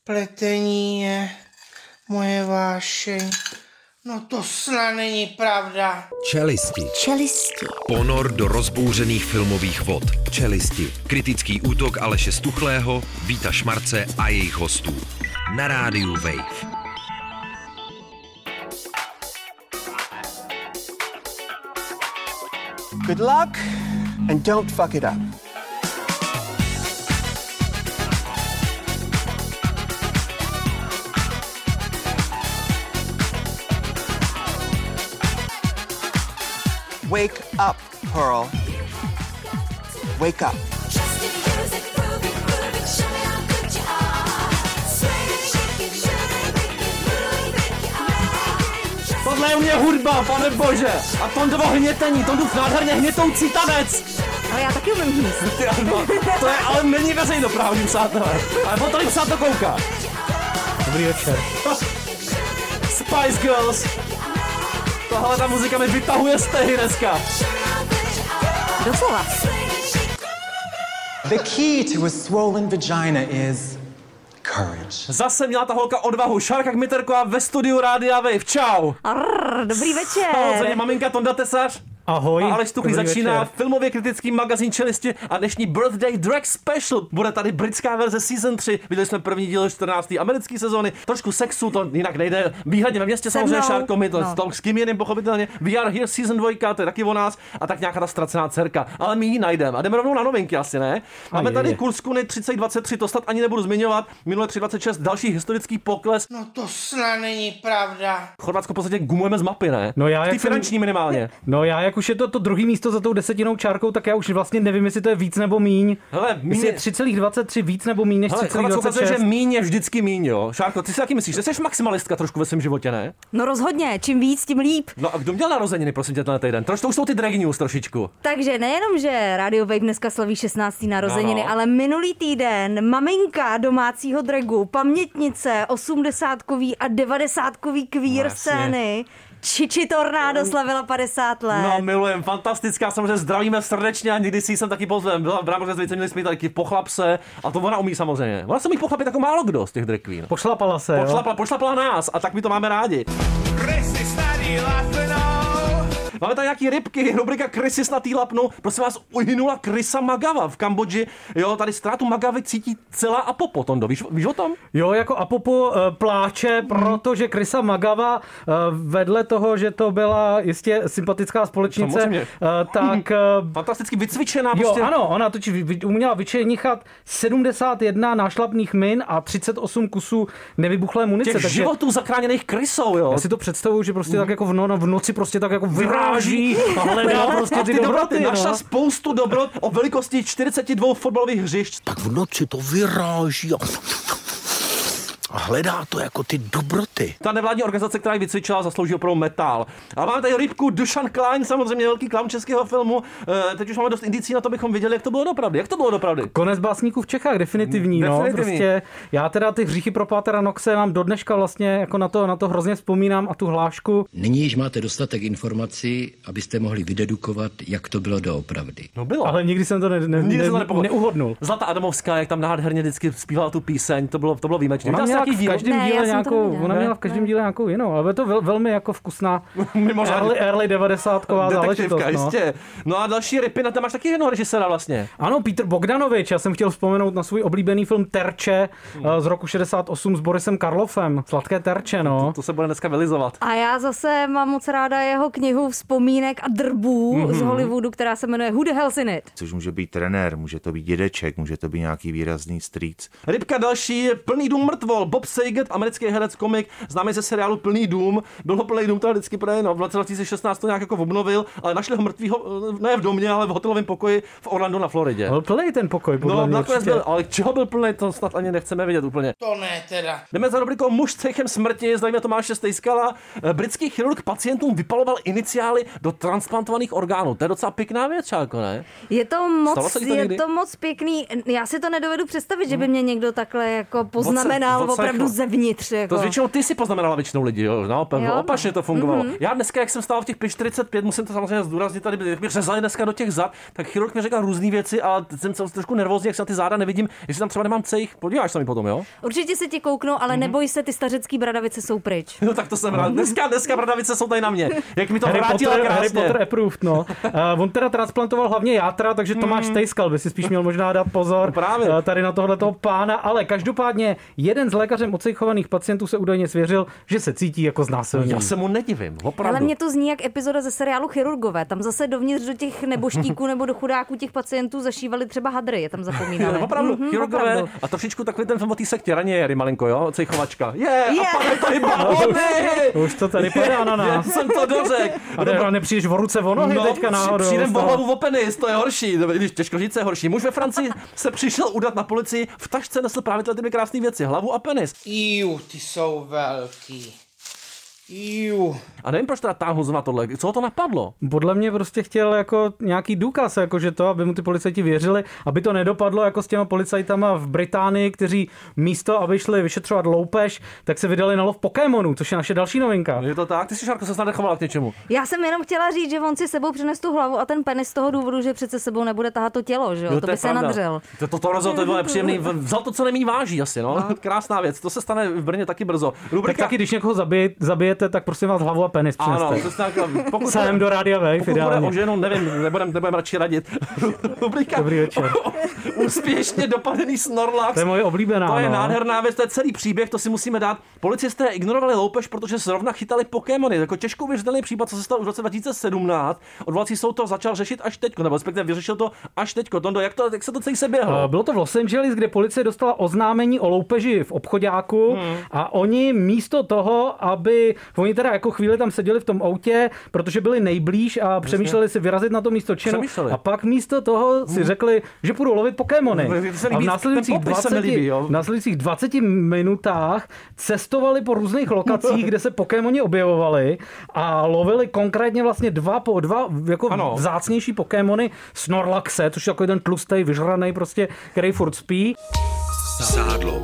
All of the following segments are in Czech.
Pletení je moje vášeň. No to snad není pravda. Čelisti. Ponor do rozbouřených filmových vod. Čelisti. Kritický útok Aleše Stuchlého, Víta Šmarce a jejich hostů. Na rádiu Wave. Good luck and don't fuck it up. Wake up, Pearl. Wake up. Tohle je u mě hudba, pane bože! A Tondovo hnětení, Tondův nádherně hnětoucí tanec! Ale já taky umím hníst. To je, ale není veřejnoprávní, přátelé. Ale po tolik se na to kouká. Dobrý večer. Spice Girls. Tohle ta muzika mi vytahuje stehy dneska. Doslova. The key to a swollen vagina is courage. Zase měla ta holka odvahu. Šárka Kmiterková ve studiu Rádia Wave. Čau. Dobrý večer. Samozřejmě maminka Tonda Tesař. Ahoj. A Aleš Stuchlý začíná večer. filmově kritický magazín Čelisti a dnešní Birthday Drag Special. Bude tady britská verze Season 3. Viděli jsme první díl 14. americké sezóny. Trošku sexu, to jinak nejde. Výhledně ve městě samozřejmě Šárko, my to s kým jiným pochopitelně. We Are Here Season 2, to je taky o nás. A tak nějaká ta ztracená dcerka. Ale my ji najdeme. A jdeme rovnou na novinky asi, ne? Máme tady Kurskuny 3023, to snad ani nebudu zmiňovat. Minule 326, další historický pokles. No to snad není pravda. Chorvatsko v podstatě gumujeme z mapy, ne? No já ty jak finanční minimálně. No já, jak už je to druhý místo za tou desetinou čárkou, tak já už vlastně nevím, jestli to je víc nebo míň. Hele, Jestli je 3,23 víc nebo míň než 3,26. Ukazuje, že míň je vždycky míň, jo. Šárko, ty si taky myslíš, že jsi maximalistka trošku ve svém životě, ne? No rozhodně, čím víc, tím líp. No a kdo měl narozeniny, prosím tě, tenhle týden? To už jsou ty drag news trošičku. Takže nejenom, že Radio Wave dneska slaví 16. narozeniny, ale minulý týden maminka domácího dragu, pamětnice 80kový a 90kový queer scény, Čiči Tornádo slavila 50 let. No, milujem, fantastická, samozřejmě zdravíme srdečně a někdy si ji jsem taky pozvem. Byla v Brámoře zvíce, měli jsme taky pochlapse a to ona umí samozřejmě. Ona se umí pochlapit jako málo kdo z těch drag queen. Pošlapala se, Pošlapala nás a tak my to máme rádi. Máme tady nějaký rybky, rubrika Krysy snatý lapnu. Prosím vás, uhynula Krysa Magava v Kambodži. Jo, tady ztrátu Magavy cítí celá Apopo, Tondo. Víš o tom? Jo, jako Apopo pláče, protože Krysa Magava vedle toho, že to byla jistě sympatická společnice, tak... Fantasticky vycvičená. Jo, prostě. ano, ona totiž uměla vyčenichat 71 nášlapných min a 38 kusů nevybuchlé munice. Těch životů zachráněných Krysou, jo. Já si to představuju, že prostě tak jako v noci prostě tak jako vyráží a hledá prostě ty dobroty. Našla spoustu dobrot o velikosti 42 fotbalových hřišť. Tak v noci to vyráží a hledá to jako ty dobroty. Ta nevládní organizace, která ji vycvičila, zaslouží opravdu metal. A máme tady rybku Dušan Klein, samozřejmě velký klaun českého filmu. Teď už máme dost indicí na to, bychom viděli, jak to bylo doopravdy. Jak to bylo doopravdy? Konec básníků v Čechách, definitivní. No, prostě já teda ty hříchy pro Pátera Noxe mám do dneška vlastně jako na to hrozně vzpomínám a tu hlášku. Nyní již máte dostatek informací, abyste mohli vydedukovat, jak to bylo doopravdy. No bylo. Ale nikdy jsem to neuhodnul. Zlata Adamovská, jak tam nádherně vždycky zpívala tu píseň, to bylo výjimečné. V každém díle ona měla v každém díle nějakou jinou, ale to velmi jako vkusná early 90ková záležitost. Jistě. No a další rypy, na to máš taky jednoho režiséra vlastně. Ano, Petr Bogdanovič, já jsem chtěl vzpomenout na svůj oblíbený film Terče z roku 68 s Borisem Karloffem. Sladké terče, no. To se bude dneska vylizovat. A já zase mám moc ráda jeho knihu vzpomínek a drbů z Hollywoodu, která se jmenuje Who the Hell's in It. Což může být trenér, může to být dědeček, může to být nějaký výrazný strýc. Rybka další je Plný dům mrtvol. Bob Saget, americký herec, komik, známý ze seriálu Plný dům. Byl Plný dům teda vždycky v roce 2016 to nějak jako obnovil, ale našli ho mrtvýho ne v domě, ale v hotelovém pokoji v Orlando na Floridě. Byl plný ten pokoj, podle mě. Byl, ale čeho byl plný, to snad ani nechceme vědět úplně. To ne teda. Jdeme za rubrikou Muž s cechem smrti, zdravíme Tomáše Stejskala. Britský chirurg pacientům vypaloval iniciály do transplantovaných orgánů. To je docela pěkná věc, Čáko, ne? Je to moc pěkný. Já si to nedovedu představit, že by mě někdo takhle jako poznamenal opravdu zevnitř. Jako. To většinou ty si poznamenala většinou lidi, jo? Opačně to fungovalo. Já dneska, jak jsem stál v těch 45, musím to samozřejmě zdůraznit, tady jak mi řezali dneska do těch zad, tak chirurg mi řekl různé věci, ale jsem trošku nervózní, jak se na ty záda nevidím, jestli tam třeba nemám cejch. Podíváš se mi potom, jo? Určitě se ti kouknou, ale neboj se, ty stařecký bradavice jsou pryč. No tak to jsem rád. Dneska bradavice jsou tady na mě. Jak mi to vrátila krásně. Harry Potter approved, no. On teda transplantoval hlavně játra, takže Tomáš Stejskal by si spíš měl možná dát pozor tady na tohletoho pána, ale každopádně jeden z lékařem ocejchovaných pacientů se údajně svěřil, že se cítí jako znásilněný. Já se mu nedivím, opravdu. Ale mě to zní jak epizoda ze seriálu Chirurgové. Tam zase dovnitř do těch neboštíků nebo do chudáků těch pacientů zašívali třeba hadry, je tam zapomínali. Opravdu, Chirurgové a trošičku takový ten film o té sektě Raněry malinko, jo, ocejchovačka. A pane to i balony! Už to tady padá na nás. Já jsem to dořekl. A nepřijdeš o ruce o nohy teďka náhodou. Přijdem o hlavu o penis, to je horší. Když těžko říct, je horší. Muž ve Francii se přišel udat na policii, v tašce nesl právě ty krásné věci, hlavu a penis. Ty jsou velký. A nevím, proč teda táhnu zrovna tohle. Co ho to napadlo? Podle mě prostě chtěl jako nějaký důkaz, jakože to, aby mu ty policajti věřili, aby to nedopadlo jako s těma policajtama v Británii, kteří místo, aby šli vyšetřovat loupež, tak se vydali na lov Pokémonů, což je naše další novinka. Je to tak? Ty jsi, Šárko, se snad nechovala k něčemu. Já jsem jenom chtěla říct, že on si sebou přines tu hlavu a ten penis z toho důvodu, že přece sebou nebude tahat to tělo, že jo? To by se nadřel. To bylo nepříjemný. Vzal to, co nemí váží asi, no. Krásná věc. To se stane v Brně taky brzo. Tak taky, když někoho zabijete, tak prosím vás hlavu a penis přineste. Ano, to snad, pokud sem do Rádia Wave, ideálně. Pokud ženu, nevím, nebudem radši radit. Rubrika. Dobrý večer. Úspěšně dopadený Snorlax. To je moje oblíbená. To je nádherná věc, to je celý příběh, to si musíme dát. Policisté ignorovali loupež, protože zrovna chytali Pokémony. Jako těžko uvěřitelný případ, co se stalo už v roce 2017. Odvolací soud to začal řešit až teď, nebo respektive vyřešil to až teď. Tondo, jak se to celý seběhlo? Bylo to v Los Angeles, kde policie dostala oznámení o loupeži v obchoďáku a oni místo toho, aby oni teda jako chvíli tam seděli v tom autě, protože byli nejblíž a přemýšleli si vyrazit na to místo činu. A pak místo toho si řekli, že půjdou lovit Pokémony. A v následujících 20 minutách cestovali po různých lokacích, kde se Pokémoni objevovali a lovili konkrétně vlastně dva jako vzácnější Pokémony Snorlaxe, což je takový ten tlustej, vyžranej prostě, který furt spí. Sádlo.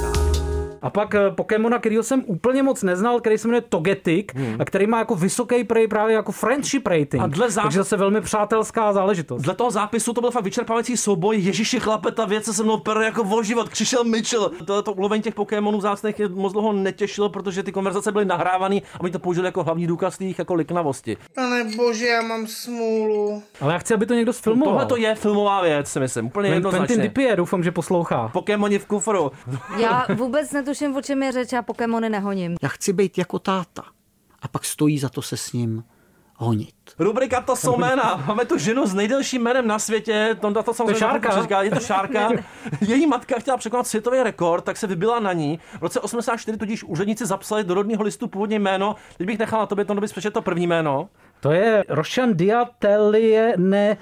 A pak Pokémona, kterýho jsem úplně moc neznal, který se jmenuje Togetic a který má jako vysoký právě jako friendship rating. Takže zase velmi přátelská záležitost. Dle toho zápisu to byl fakt vyčerpávající souboj. Ježiši chlape, ta věc se mnou pere jako o život. Přišel Mitchell. To ulovení těch Pokémonů vzácných je moc dlouho netěšilo, protože ty konverzace byly nahrávané a my to použili jako hlavní důkaz těch jako liknavosti. Pane bože, já mám smůlu. Ale já chci, aby to někdo sfilmoval. Tohle to je filmová věc, si myslím. Úplně jednoznačně. Quentin Dupieux, doufám, že poslouchá. Pokémoni v kufru. Já vůbec netuším, o čem je řeč, já Pokémony nehoním. Já chci být jako táta. A pak stojí za to se s ním honit. Rubrika To jsou jména. Máme tu ženu s nejdelším jménem na světě. To samozřejmě Šárka. Je to Šárka. Její matka chtěla překonat světový rekord, tak se vybila na ní. V roce 84 tudíž úředníci zapsali do rodného listu původně jméno. Teď bych nechala tobě, to bys přečetl to první jméno. To je Roshan Diatelie ne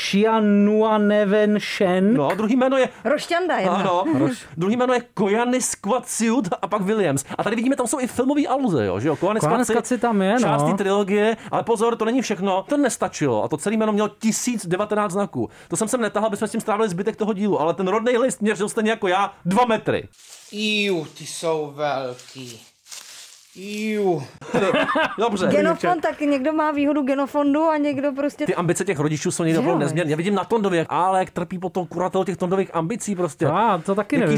Shianuaneven Shen. No, druhý jméno je Rošťanda. Ano. Druhý jméno je Koyanis Quatsiut a pak Williams. A tady vidíme, tam jsou i filmový aluze, jo, že jo? Koyanis Quatsi tam je, část té trilogie, ale pozor, to není všechno. To nestačilo a to celé jméno mělo 1019 znaků. To jsem sem netahal, aby jsme s tím strávili zbytek toho dílu, ale ten rodný list měřil stejně jako já 2 metry. Ty jsou velký. Dobře. Genofond, tak někdo má výhodu genofondu a někdo prostě... Ty ambice těch rodičů jsou někdo opravdu nezměrné. Já vidím na Tondově, ale jak trpí potom kuratel těch Tondových ambicí prostě. To taky nevím.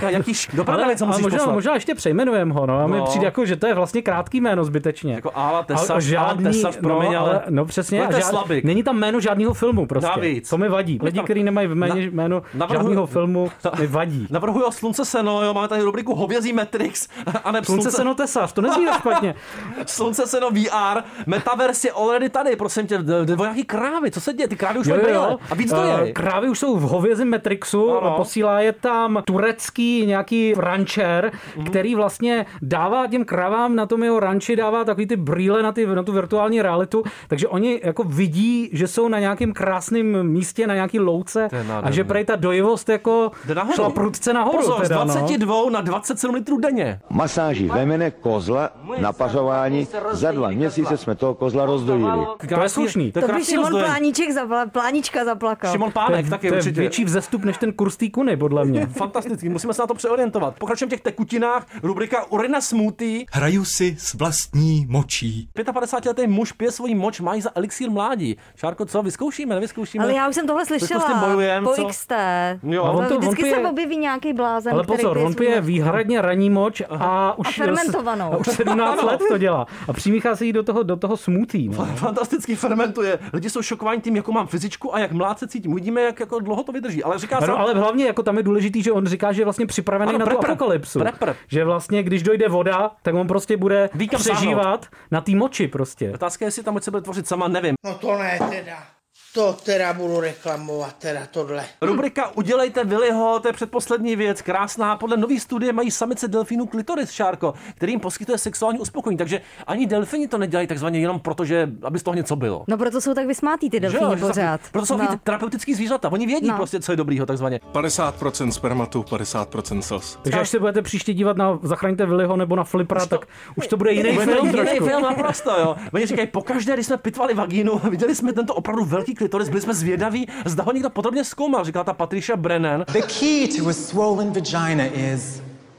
Možná ještě přejmenujeme ho, no. A mi přijde jako, že to je vlastně krátký jméno zbytečně. Jako Ala Tesař, promiň, ale přesně. Není tam jméno žádného filmu prostě. Navíc. To mi vadí. Lidi, kteří nemají jméno žádného filmu, mi vadí. Navrhuji Slunce seno, jo, máme tady rubriku Hovězí Matrix a ne Slunce seno Tesař. To nezní špatně. Slunce seno VR, Metaverse je already tady, prosím tě, nějaký krávy, co se děje? Ty krávy už mají brýle a víc dojejí. Krávy už jsou v hovězím Matrixu, posílá je tam turecký nějaký rančer, který vlastně dává těm krávám na tom jeho ranči, dává takový ty brýle na tu virtuální realitu, takže oni jako vidí, že jsou na nějakém krásném místě, na nějaký louce a že prej ta dojivost jako šla prudce nahoru. Pozor, z 22 na 27 litrů denně. Masáží vemene kozla kozla na pařování. Za 2 měsíce jsme toho kozla rozdojili. To je slušný. To by Šimon Pláníčka zaplakal. Šimon Pánek taky to je určitě. větší vzestup než ten kurz té kuny, podle mě. Fantastický, musíme se na to přeorientovat. Pokračujeme v těch tekutinách, rubrika Urina smoothie. Hraju si s vlastní močí. 55letý muž pije svůj moč, má za elixír mládí. Šárko, co, vyzkoušíme, nevyzkoušíme? Ale já už jsem tohle slyšela. Po XT. Jo. Vždycky se objeví nějaký blázen, ale pozor, on pije výhradně ranní moč a už fermentovanou. A už 17 let to dělá. A přimíchá se jí do toho smoothie. No. Fantastický fermentuje. Lidi jsou šokováni tím, jakou mám fyzičku a jak mlád se cítím. Uvidíme, jak jako dlouho to vydrží. Ale říká no, ale hlavně jako tam je důležitý, že on říká, že je vlastně připravený na tu apokalypsu. Že vlastně, když dojde voda, tak on prostě bude přežívat na té moči prostě. Otázka je, jestli ta moč se bude tvořit sama, nevím. No to ne teda. To teda budu reklamovat, teda tohle. Rubrika Udělejte Willyho, to je předposlední věc, krásná. Podle nový studie mají samice delfínů klitoris, Šárko, který jim poskytuje sexuální uspokojení. Takže ani delfíni to nedělají takzvaně jenom proto, že aby z toho něco bylo. No proto jsou tak vysmátý ty delfíni pořád. Proto jsou terapeutický zvířata. Oni vědí prostě, co je dobrýho takzvaně. 50% spermatu, 50% slz. Takže až se budete příště dívat na Zachraňte Willyho nebo na Flipra, tak už to bude jiný film. Jiný film naprosto, jo. Oni říkají, pokaždé, když jsme pitvali vagínu, viděli jsme tento opravdu velký klitoris, byli jsme zvědaví, zda ho někdo podrobně zkoumal, říkala ta Patricia Brennan. The key to a swollen vagina is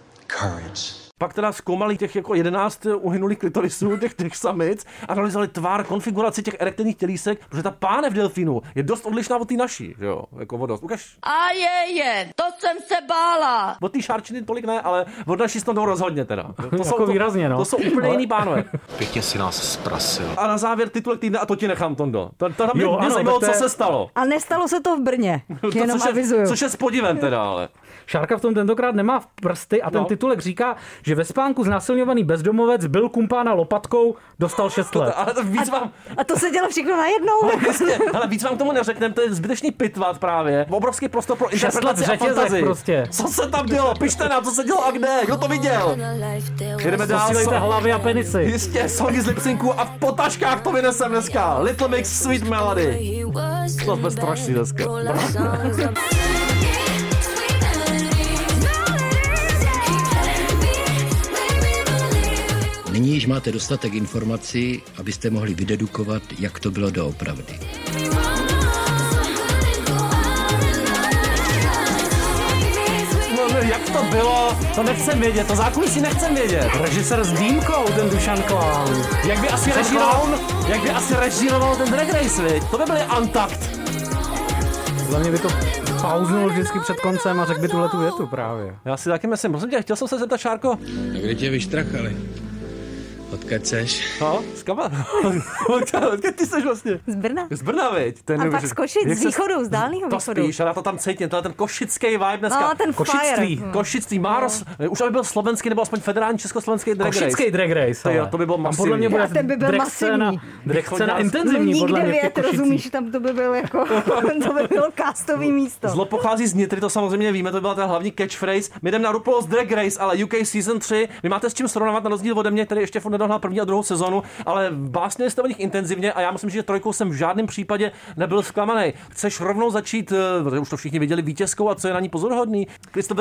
courage. Pak teda zkoumali těch jako 11 uhynulých klitorisů, těch samic, a analyzovali tvar, konfiguraci těch erektilních tělísek, protože ta pánev delfínu je dost odlišná od té naší, jo, jako vodost. Ukaž. A je, to jsem se bála. Od té šárčiny tolik ne, ale od naší snadou rozhodně teda. To jako výrazně, no. To jsou úplně jiný pánové. Pěkně si nás zprasil. A na závěr titulek týdne, a to ti nechám, Tondo. To mě zajímalo, co se stalo. A nestalo se to v Brně, jenom avizuju. Což je s podivem teda, ale. Šárka v tom tentokrát nemá v prsty a ten titulek říká, že ve spánku znásilňovaný bezdomovec byl kumpána lopatkou, dostal 6 let. Ale víc vám... A to se dělo všechno najednou. Ale víc vám k tomu neřekneme, to je zbytečný pitvat právě. Obrovský prostor pro interpretaci a fantazii. Prostě. Co se tam dělo? Pište nám, co se dělo a kde? Kdo to viděl? Jdeme dál. Posílejte hlavy a penisy. Jistě, songy z lipsynku a v potažkách to vynesem dneska. Little Mix, Sweet Melody. To je strašný dneska. Nyní již máte dostatek informací, abyste mohli vydedukovat, jak to bylo doopravdy. No, jak to bylo? To nechcem vědět, to zákulisí nechcem vědět. Režisér s dýmkou, ten Dušan Klán. Jak by asi režíroval ten Drag Race, viď? To by byly Antakt. Za mě by to pauznul vždycky před koncem a řekl by tuhletu větu právě. Já si taky myslím, prosím tě, chtěl jsem se zeptat, Šárko. A kde tě vyštrachali? Odkud seš? No, z Kama. Odkud ty seš vlastně? Z Brna. Z Brna, viď? A pak z Košic, z východu, z dálného to východu. Spíš, ale já to tam cítím, ten košický vibe dneska. No, ten košictví, fire. Košictví, Máros, už aby byl slovenský nebo aspoň federální československý drag race. Košický drag race. To by byl masivní. Podle mě bude ten by byl drag masivní. scéna intenzivní, podle mě v těch Košicích. Rozumíš, tam to by byl jako, to by bylo castový místo. Zlo pochází z Nitry, to samozřejmě víme, to byla ta hlavní catchphrase. My jdeme na RuPaul's Drag Race, ale UK Season 3. Vy máte s čím srovnávat na rozdíl ode mě, který ještě furt nedohnal první a druhou sezonu, ale básně jste o nich intenzivně a já myslím, že trojkou jsem v žádném případě nebyl zklamaný. Chceš rovnou začít, už to všichni viděli, vítězkou a co je na ní pozoruhodný? Crystal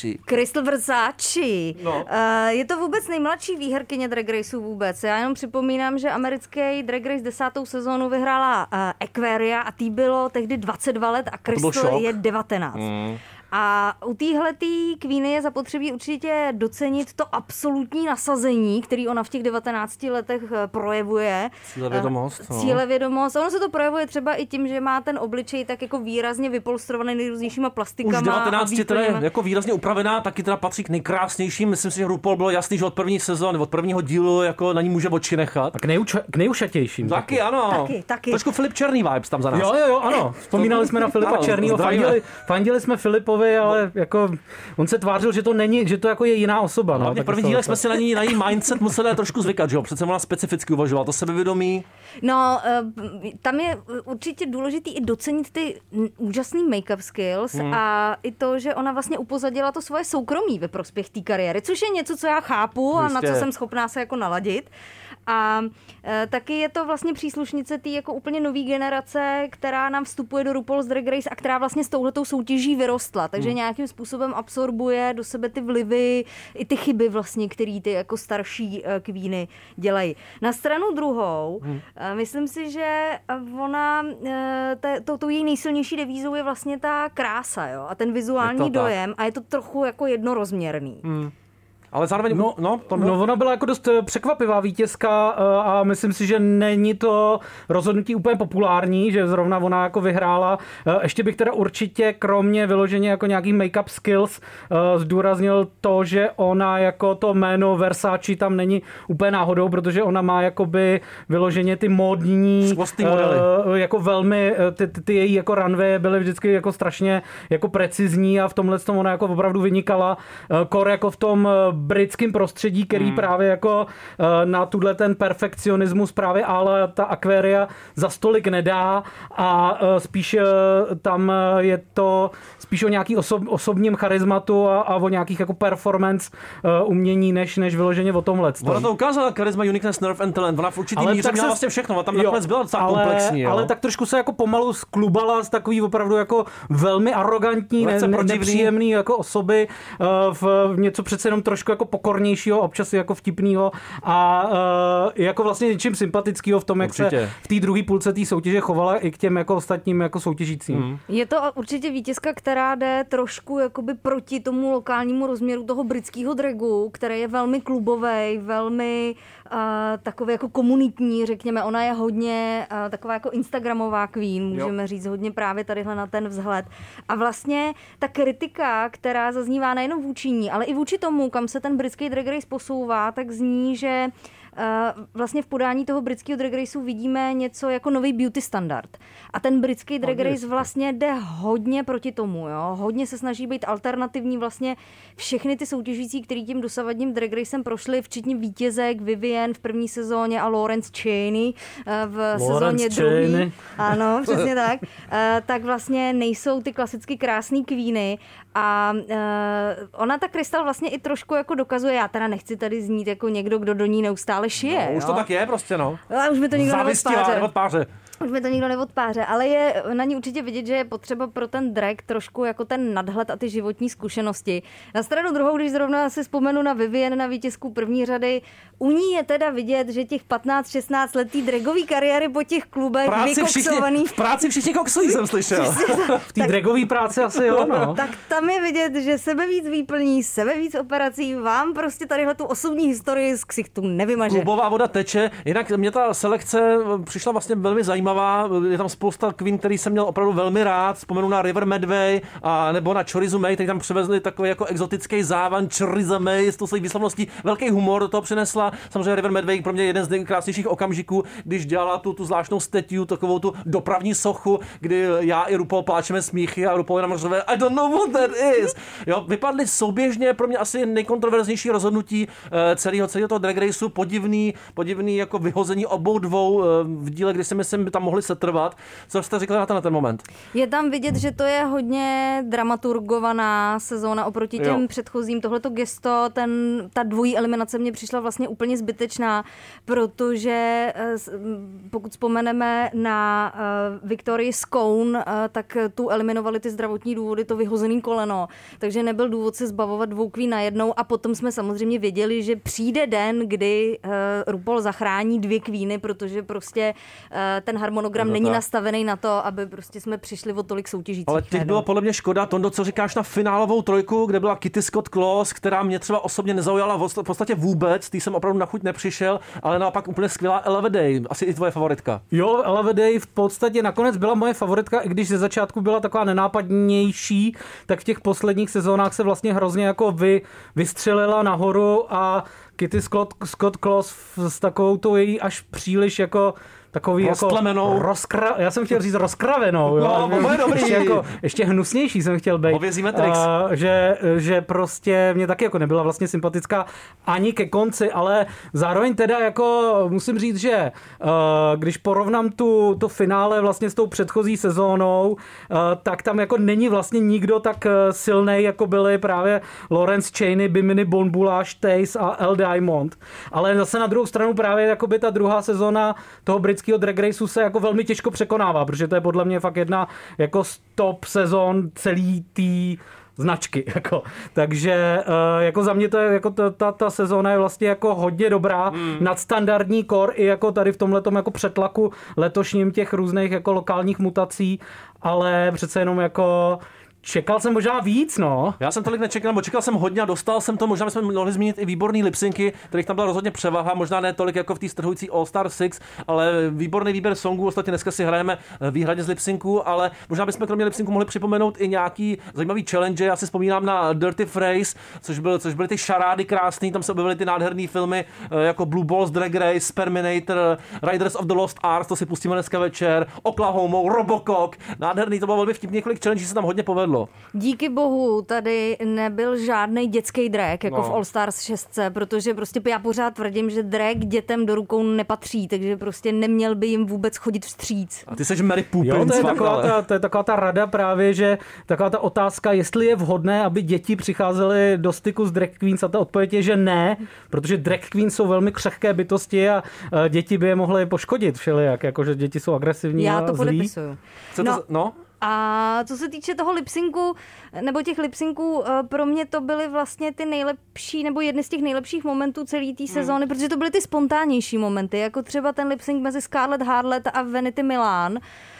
Versace. No. Je to vůbec nejmladší výherkyně Drag Raceu vůbec. Já jenom připomínám, že americký Drag Race 10. sezónu vyhrála Aquaria a tý bylo tehdy 22 let a Crystal je 19. A u téhletý queeny je zapotřebí určitě docenit to absolutní nasazení, který ona v těch 19 letech projevuje. Cílevědomost. Ono se to projevuje třeba i tím, že má ten obličej tak jako výrazně vypolstrovaný nejrůznějšíma plastikama. Už 19 teda je jako výrazně upravená, taky teda patří k nejkrásnějším. Myslím si, že RuPaul bylo jasný, že od první sezóny, od prvního dílu jako na ní může oči nechat. K nejušatějším. Taky ano. Taky. Trošku Filip Černý vibes tam za nás. Jo, ano. Vzpomínali jsme na Filipa Černýho, fandili jsme Filipovi, ale jako on se tvářil, že to není, že to jako je jiná osoba. No, v první dílech jsme si na její mindset museli trošku zvykat, že jo? Přece ona specificky uvažovala, to sebevědomí. No, tam je určitě důležitý i docenit ty úžasný make-up skills a i to, že ona vlastně upozadila to svoje soukromí ve prospěch té kariéry, což je něco, co já chápu a na co jsem schopná se jako naladit. A taky je to vlastně příslušnice té jako úplně nový generace, která nám vstupuje do RuPaul's Drag Race a která vlastně s touhletou soutěží vyrostla. takže nějakým způsobem absorbuje do sebe ty vlivy i ty chyby vlastně, který ty jako starší queeny dělají. Na stranu druhou, myslím si, že ona, tou její nejsilnější devízou je vlastně ta krása, jo, a ten vizuální dojem a je to trochu jako jednorozměrný. Ale zároveň, ona byla jako dost překvapivá vítězka a myslím si, že není to rozhodnutí úplně populární, že zrovna ona jako vyhrála. Ještě bych teda určitě kromě vyloženě jako nějaký make-up skills zdůraznil to, že ona jako to jméno Versace tam není úplně náhodou, protože ona má jakoby vyloženě ty módní jako velmi, ty její jako runway byly vždycky jako strašně jako precizní a v tomhle tom ona jako opravdu vynikala. Kor jako v tom britském prostředí, který právě jako na tuhle ten perfekcionismus právě ale ta Aquaria za stolik nedá a spíš tam je to spíš o nějaký osobním charizmatu a o nějakých jako performance umění, než vyloženě o tomhle. Ona to ukázala, charisma, uniqueness, nerve and talent. Ona v určitý míře měla vlastně všechno. Ona tam nakonec byla docela komplexní. Ale tak trošku se jako pomalu sklubala z takový opravdu jako velmi arrogantní, nepříjemný jako osoby v něco přece jenom trošku jako pokornějšího, občas jako vtipnýho a jako vlastně něčím sympatického v tom, jak se v té druhé půlce té soutěže chovala i k těm jako ostatním jako soutěžícím. Je to určitě vítězka, která jde trošku jakoby proti tomu lokálnímu rozměru toho britského dragu, který je velmi klubový, velmi takový jako komunitní, řekněme. Ona je hodně taková jako instagramová queen, můžeme říct, hodně právě tadyhle na ten vzhled. A vlastně ta kritika, která zaznívá nejenom vůči ní, ale i vůči tomu, kam se ten britský Drag Race posouvá, tak zní, že vlastně v podání toho britského Drag Raceu vidíme něco jako nový beauty standard. A ten britský Drag Race vlastně jde hodně proti tomu, jo? Hodně se snaží být alternativní, vlastně všechny ty soutěžící, který tím dosavadním Drag Racem prošli, včetně vítězek Vivienne v první sezóně a Lawrence Chaney v sezóně druhé. Ano, přesně tak. Tak vlastně nejsou ty klasicky krásný queeny a ona ta Krystal vlastně i trošku jako dokazuje, já teda nechci tady znít jako někdo, kdo do ní neustále šije. No, už to tak je prostě, no. Ale už mi to nikdo neodpáře. Už mi to nikdo neodpáře, ale je na ní určitě vidět, že je potřeba pro ten drag trošku jako ten nadhled a ty životní zkušenosti. Na stranu druhou, když zrovna si vzpomenu na Vivienne, na vítězku první řady, u ní je teda vidět, že těch 15-16 letý dragový kariéry po těch klubech vykoksovaný. V práci všichni koksují, jsem slyšel. V té dragové práci asi jo, no. Tak tam je vidět, že sebe víc výplní, sebe víc operací, vám prostě tadyhle tu osobní historii z ksichtu nevymaže. Klubová voda teče, jinak mě ta selekce přišla vlastně velmi zajímavá. Je tam spousta queen, který jsem měl opravdu velmi rád. Vzpomenu na River Medway a nebo na Chorizo May, který tam přivezli takový jako exotický závan Chorizo May s tou svojí výslovností. Velký humor do toho přinesla. Samozřejmě River Medway pro mě jeden z nejkrásnějších okamžiků, když dělala tu zvláštnou statue, takovou tu dopravní sochu, kdy já i RuPaul pláčeme smíchy a RuPaul nám řve I don't know what that is. Jo, vypadly souběžně, pro mě asi nejkontroverznější rozhodnutí celého toho Drag Raceu, podivný jako vyhození obou dvou v díle, kdy si myslím, by tam mohli setrvat. Co jste říkali na ten moment? Je tam vidět, že to je hodně dramaturgovaná sezóna oproti těm předchozím. Tohleto gesto, ta dvojí eliminace mě přišla vlastně úplně zbytečná, protože pokud vzpomeneme na Victorii Scone, tak tu eliminovali ty zdravotní důvody, to vyhozený koleno, takže nebyl důvod se zbavovat dvou queen najednou a potom jsme samozřejmě věděli, že přijde den, kdy RuPaul zachrání dvě queeny, protože prostě ten harmonogram není nastavený na to, aby prostě jsme přišli o tolik soutěžících. Ale teď bylo podle mě škoda, Tondo, co říkáš na finálovou trojku, kde byla Kitty Scott Claus, která mě třeba osobně nezaujala v podstatě vůbec, tý jsem opravdu na chuť nepřišel, ale naopak úplně skvělá Ella Day, asi i tvoje favoritka. Jo, Ella Day v podstatě nakonec byla moje favoritka, i když ze začátku byla taková nenápadnější, tak v těch posledních sezónách se vlastně hrozně jako vystřelila nahoru a Kitty Scott Claus s takovou tou její až příliš jako takový rozklemenou. Já jsem chtěl říct rozkravenou. Jo? No, je dobrý. Ještě hnusnější jsem chtěl být. Povězíme tricks. Že prostě mě taky jako nebyla vlastně sympatická ani ke konci, ale zároveň teda jako musím říct, že když porovnám to finále vlastně s tou předchozí sezónou, tak tam jako není vlastně nikdo tak silnej, jako byly právě Lawrence Chaney, Bimini Bon Boulash, Taze a Elle Diamond. Ale zase na druhou stranu právě jakoby ta druhá sezóna toho britského Drag Raceu se jako velmi těžko překonává, protože to je podle mě fakt jedna jako top sezon celý tý značky. Jako. Takže jako za mě to je, jako ta sezóna je vlastně jako hodně dobrá, nadstandardní core i jako tady v tomhletom jako přetlaku letošním těch různých jako lokálních mutací, ale přece jenom jako čekal jsem možná víc, no. Já jsem tolik nečekal, nebo čekal jsem hodně a dostal jsem to, možná bychom mohli zmínit i výborný lipsynky, kterých tam byla rozhodně převaha, možná ne tolik jako v té strhující All Star 6, ale výborný výběr songů, ostatně dneska si hrajeme výhradně z lipsynku, ale možná bychom kromě lipsynku mohli připomenout i nějaký zajímavý challenge. Já si vzpomínám na Dirty Phrase, což byly ty šarády krásný, tam se objevily ty nádherné filmy jako Blue Balls, Drag Race, Terminator, Riders of the Lost Ark, to si pustíme dneska večer, Oklahoma, Robocop, nádherný, to bylo velmi vtipný, několik challenge se tam hodně povedlo. Díky bohu tady nebyl žádný dětský drag, jako v All Stars 6, protože prostě já pořád tvrdím, že drag dětem do rukou nepatří, takže prostě neměl by jim vůbec chodit vstříc. A ty seš Mary Poppins. Jo, to je taková ta rada právě, že taková ta otázka, jestli je vhodné, aby děti přicházely do styku s drag queens, a ta odpověď je, že ne, protože drag queens jsou velmi křehké bytosti a děti by je mohly poškodit všelijak, jakože děti jsou agresivní a zlí. Já to podepisuju. A co se týče toho lipsynku, nebo těch lipsynků, pro mě to byly vlastně ty nejlepší, nebo jedny z těch nejlepších momentů celé té sezóny, protože to byly ty spontánnější momenty, jako třeba ten lipsynk mezi Scarlett Harlett a Vanity Milan,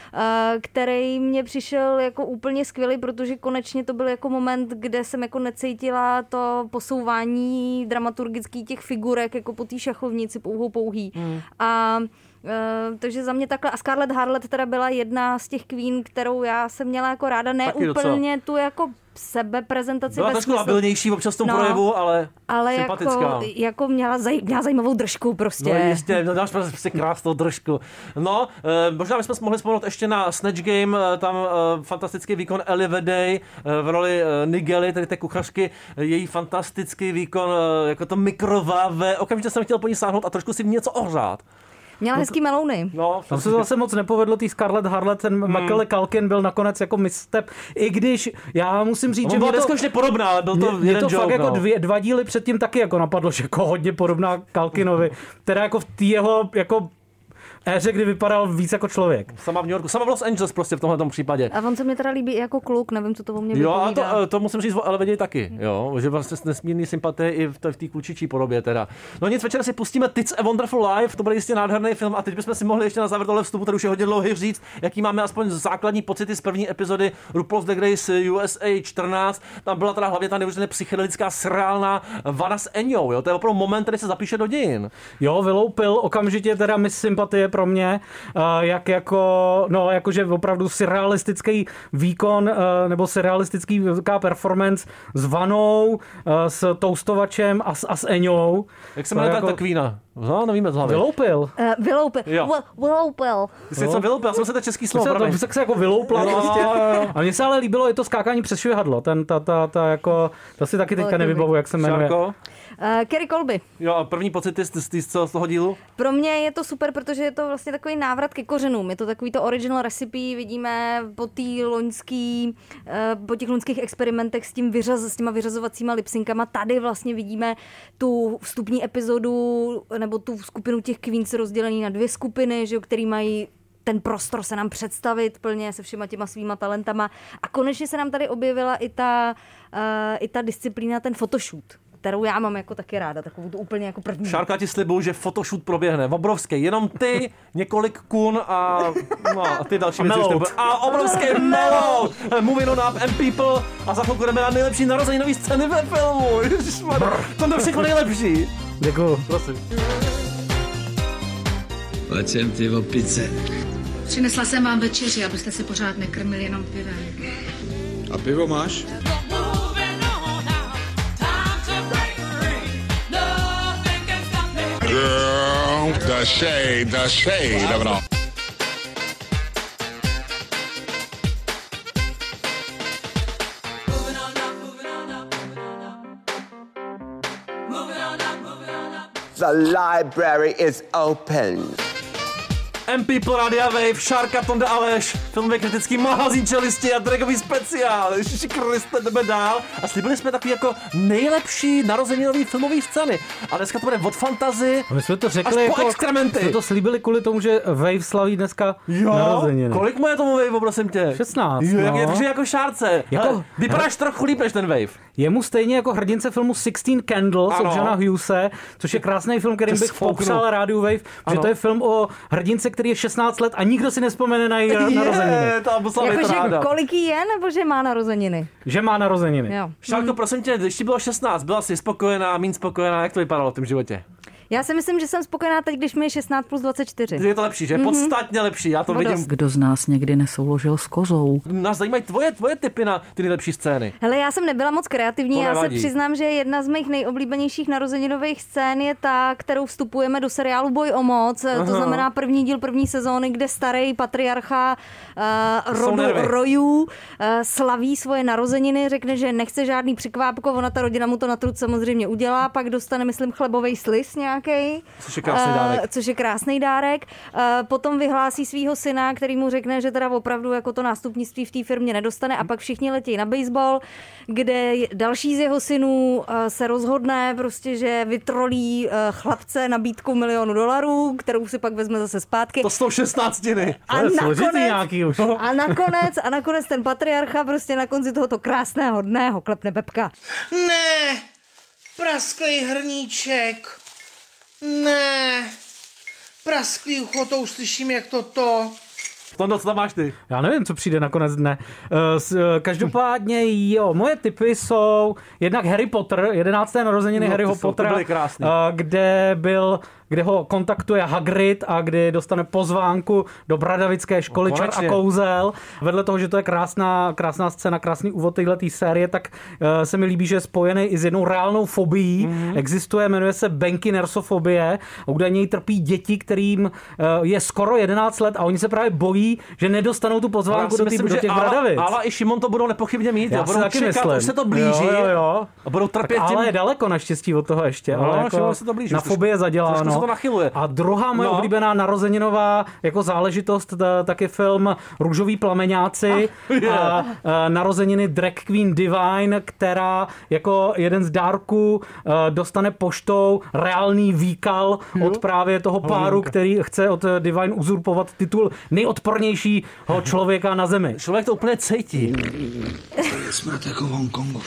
který mě přišel jako úplně skvělý, protože konečně to byl jako moment, kde jsem jako necítila to posouvání dramaturgických těch figurek jako po té šachovnici pouhý. A takže za mě takhle. A Scarlett Harlett teda byla jedna z těch queen, kterou já jsem měla jako ráda. Ne taky úplně docela tu jako sebeprezentaci. Byla trošku labilnější občas v tom projevu, ale sympatická. Jako měla zajímavou držku prostě. No jistě, dáš prostě krásnou držku. No, možná bychom mohli vzpomenout ještě na Snatch Game, tam fantastický výkon Ellie Vedej v roli Nigely, tedy té kuchařky, její fantastický výkon, jako to mikrováve. Okamžitě jsem chtěl po ní sáhnout a trošku si v ní něco ohřát. Měla hezký melouny. No, tam se zase moc nepovedlo tý Scarlett Harlett, ten Macaulay Culkin byl nakonec jako misstep, i když já musím říct, že byla neskutečně podobná, ale byl to jeden joke. Fakt jako dva díly předtím taky jako napadlo, že jako hodně podobná Culkinovi, teda jako v té jeho jako éře, kdy vypadal víc jako člověk. Sama v New Yorku, sama v Los Angeles prostě v tomhle případě. A on se mě teda líbí jako kluk, nevím, co to o mě vypovídá. Jo, a to musím říct, ale věděj taky, jo, že vlastně nesmírný sympatie i v té klučičí podobě teda. No nic, večer si pustíme Tits a Wonderful Life, to byl jistě nádherný film a teď bychom si mohli ještě na závěr tohle vstupu, tady už je hodně dlouhý, říct, jaký máme aspoň základní pocity z první epizody RuPaul's Drag Race USA 14. Tam byla teda hlavně ta neuvěřitelně psychedelická srálná Vanna s Eňou, jo, to je opravdu moment, který se zapíše do dějin. Jo, vyloupil okamžitě teda mis sympatie pro mě, jak jako, no jakože opravdu surrealistický výkon nebo surrealistický performance s Vanou, s toustovačem a s Eňou. Jak se jmenuje ta kvína? No, nevíme z hlavy. Vyloupil. Vyloupil. Ty jsi něco vyloupil, já jsem se to český slovo. Tak se jako vyloupla. A mně se ale líbilo i to skákání přes švihadlo. To si taky teďka nevybavu, jak se jmenuje. Kerry Colby. Jo, a první pocity z toho dílu? Pro mě je to super, protože je to vlastně takový návrat ke kořenům. Je to takový to original recipe, vidíme po těch loňských experimentech s těma vyřazovacíma lipsynkama. Tady vlastně vidíme tu vstupní epizodu, nebo tu skupinu těch queens rozdělený na dvě skupiny, že, který mají ten prostor se nám představit plně se všema těma svýma talentama. A konečně se nám tady objevila i ta disciplína, ten photoshoot, kterou já mám jako taky ráda, takovou tu úplně jako první. Šárka, ti slibuju, že photoshoot proběhne obrovský. Jenom ty, několik kun a ty další věci. A obrovský melon! Moving on up and people a za chvilku jdeme na nejlepší narozeninový scény ve filmu. To je všechno nejlepší. Děkuju. Prosím. Pojď sem ty opice. Přinesla jsem vám večeři, abyste se pořád nekrmili jenom pivem. A pivo máš? Girl, the shade, no. The library is open. MP Radia Wave, Šárka, Tonda Aleš, filmový kritický magazín Čelisti a dragový speciál. Ježiši Kriste, jdeme dál. A slíbili jsme takový jako nejlepší narozeninový filmový scény. A dneska to bude od fantasy my jsme to řekli až jako, po exkrementy. Jsme to slíbili kvůli tomu, že Wave slaví dneska narozeniny. Kolik mu je tomu Wave, prosím tě? 16. Jo, jak no. je vždy jako Šárce. Jako, vypadáš trochu líp než ten Wave. Je mu stejně jako hrdince filmu 16 Candles od Johna Hughese, což je krásný film, kterým bych popsal rádiu Wave, že to je film o hrdince, který je 16 let a nikdo si nevzpomene na její narozeniny. Jakože kolik jí je, nebo že má narozeniny? Že má narozeniny. Šárko, prosím tě, když ti bylo 16, byla jsi spokojená, méně spokojená, jak to vypadalo v tom životě? Já si myslím, že jsem spokojená teď, když mi je 16 plus 24. Je to lepší, že? Podstatně lepší, já to vidím. Kdo z nás někdy nesouložil s kozou? Nás zajímají tvoje tipy na ty nejlepší scény. Hele, já jsem nebyla moc kreativní, já se přiznám, že jedna z mých nejoblíbenějších narozeninových scén je ta, kterou vstupujeme do seriálu Boj o moc, to znamená první díl první sezóny, kde starý patriarcha rodu rojů slaví svoje narozeniny, řekne, že nechce žádný překvápko, ona ta rodina mu to na trud samozřejmě udělá, pak dostane, myslím, chlebovej sliz nějaký. Což je krásný dárek. Potom vyhlásí svého syna, který mu řekne, že teda opravdu jako to nástupnictví v té firmě nedostane a pak všichni letějí na baseball, kde další z jeho synů se rozhodne prostě, že vytrolí chlapce nabídku $1 milion, kterou si pak vezme zase zpátky. To jsou 16. A nakonec ten patriarcha prostě na konci tohoto krásného dne ho klepne pepka. Ne, prasklý hrníček. Ne, prasklý ucho, to už slyším, jak to. Tondo, co tam máš ty? Já nevím, co přijde na konec dne. Každopádně jo, moje tipy jsou jednak Harry Potter, 11. narozeniny Harryho Pottera, kde ho kontaktuje Hagrid a kdy dostane pozvánku do bradavické školy čar a kouzel. Vedle toho, že to je krásná scéna, krásný úvod téhletý série, tak se mi líbí, že je spojený i s jednou reálnou fobií. Existuje, jmenuje se benkinersofobie, údajně jí trpí děti, kterým je skoro 11 let a oni se právě bojí, že nedostanou tu pozvánku do těch Bradavic. Ala i Šimon to budou nepochybně mít. Já si taky myslím. Už se to blíží. Jo. A budou trpět tím. Ale je daleko naštěstí od toho ještě. Ale jako se to blíží. Na fobii zaděláno. To nachyluje. A druhá moje oblíbená narozeninová jako záležitost, tak je film Růžoví plameňáci a narozeniny drag queen Divine, která jako jeden z dárků dostane poštou reálný výkal od právě toho páru, který chce od Divine uzurpovat titul nejodpornějšího člověka na zemi. Člověk to úplně cítí. Jsme jako v Hongkongu.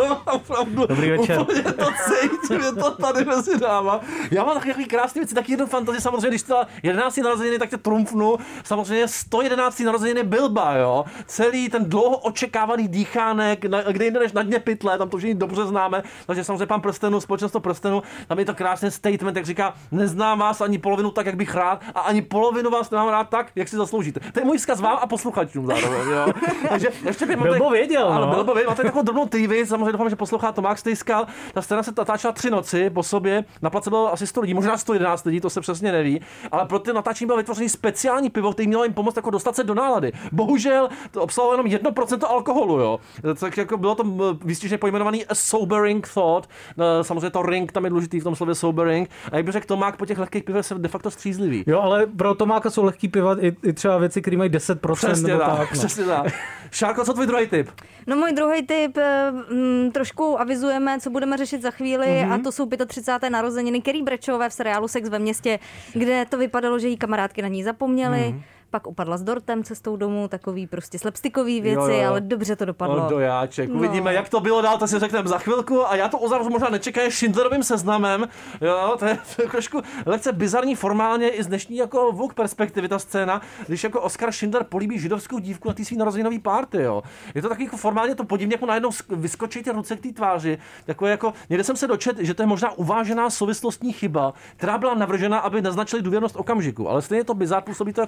Dobrý večer. Úplně to cítím, je to tady mezi náma. Já mám takový krásný věci, taky jednu fantazii, samozřejmě, když to 11. narozeniny, tak tě trumfnu. Samozřejmě 111. narozeniny Bilba, jo. Celý ten dlouho očekávaný dýchánek, kde jinde než na dně pytle, tam to všichni dobře známe. Takže samozřejmě Pán prstenů, Společnost prstenů, tam je to krásný statement, jak říká, neznám vás ani polovinu tak, jak bych rád, a ani polovinu vás nemám rád tak, jak si zasloužíte. To je můj vzkaz vám a posluchačům zároveň, jo. Takže ještě Bilbo věděl, no. Bilbo věděl, a to je takovou drobnou TV, samozřejmě doufám, že poslouchá Tomák Stejskal. Ta scéna se natáčela 3 noci po sobě, na place bylo asi 100 lidí, možná 111 lidí, to se přesně neví, ale pro ty natáčení bylo vytvořený speciální pivo, který mělo jim pomoct jako dostat se do nálady. Bohužel to obsahovalo jenom 1% alkoholu, jo. Tak jako bylo to výstižně pojmenovaný a sobering thought. Samozřejmě to ring tam je důležitý v tom slově sobering. A jak by řekl Tomák, po těch lehkých pivech se de facto střízlivý. Jo, ale pro Tomáka jsou lehký piva i třeba věci, které mají 10%. Přesně nebo tak, tak. Přesně tak. Šárko, co tvůj druhý tip? No můj druhý tip, trošku avizujeme, co budeme řešit za chvíli, a to jsou 35. narozeniny Carrie Bratchové v seriálu Sex ve městě, kde to vypadalo, že jí kamarádky na ní zapomněly. Pak upadla s dortem cestou domů, takový prostě slapstickový věci, ale dobře to dopadlo. Dojáček. Uvidíme, jak to bylo dál, to si řekneme za chvilku. A já to uzavřu možná nečekaje Schindlerovým seznamem. Jo, to je trošku lehce bizarní formálně i z dnešní jako Vogue perspektivy ta scéna, když jako Oskar Schindler políbí židovskou dívku na té svý narozeninový party, jo. Je to taky jako formálně to podivně, jako najednou vyskočí ty ruce k té tváři. Takové jako někde jsem se dočet, že to je možná uvážená souvislostní chyba, která byla navržena, aby naznačili důvěrnost okamžiku, ale stejně to bizar, působí to jako zmatečně.